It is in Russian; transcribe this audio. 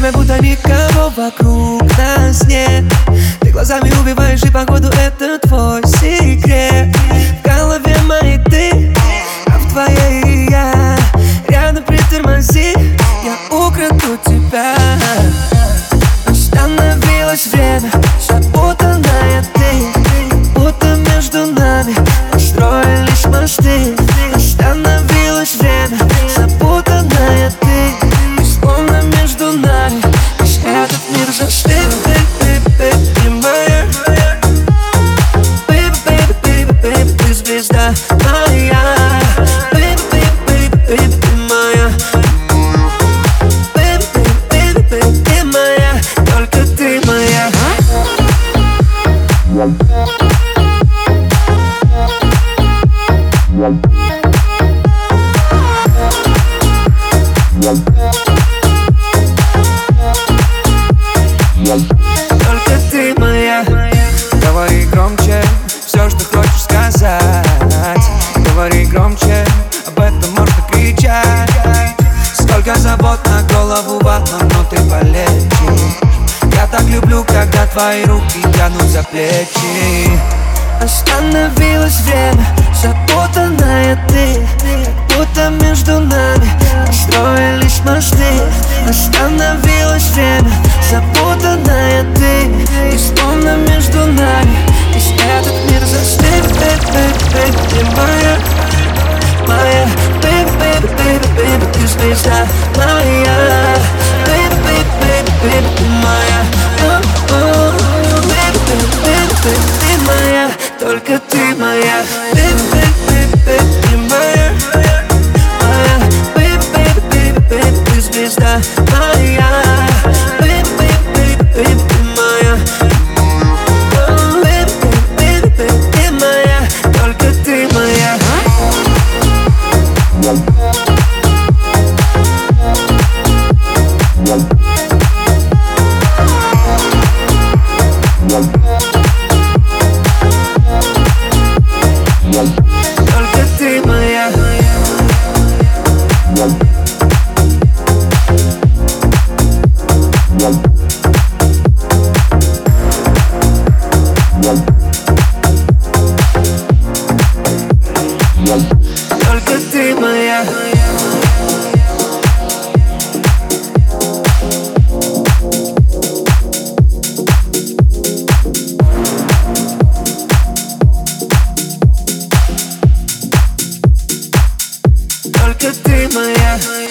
время, будто никого вокруг нас нет. Ты глазами убиваешь, и походу это твой секрет. В голове моей ты, а в твоей я. Рядом притормози, я украду тебя. Остановилось время, запутанная ты, будто между нами построились мосты. Остановилось время, запутанная ты, и словно между нами весь этот мир застыл. Ты моя, baby, baby, baby, baby, ты звезда моя. Baby, baby, baby, baby, ты моя. Baby, baby, baby, baby, ты моя, только ты моя. Только ты моя. Говори громче все, что хочешь сказать. Говори громче, об этом можно кричать. Сколько забот на голову ватном, но ты полечишь. Я так люблю, когда твои руки тянут за плечи. Остановилось время, запутанная ты, как будто между нами построились мосты. Остановилось время, запутанная ты, и словно между нами весь этот мир застыл. Ты моя, моя, baby, baby, baby, baby, ты звезда моя. Baby, baby, baby, baby, ты моя. Baby, baby, baby, baby, ты моя, только ты моя. Baby, baby, baby, baby, ты моя. Моя, baby, baby, baby, baby, ты звезда моя. Baby, baby, baby, baby, ты моя. Baby, baby, baby, ты моя, только ты моя. Только ты моя. Только ты моя. Только ты моя.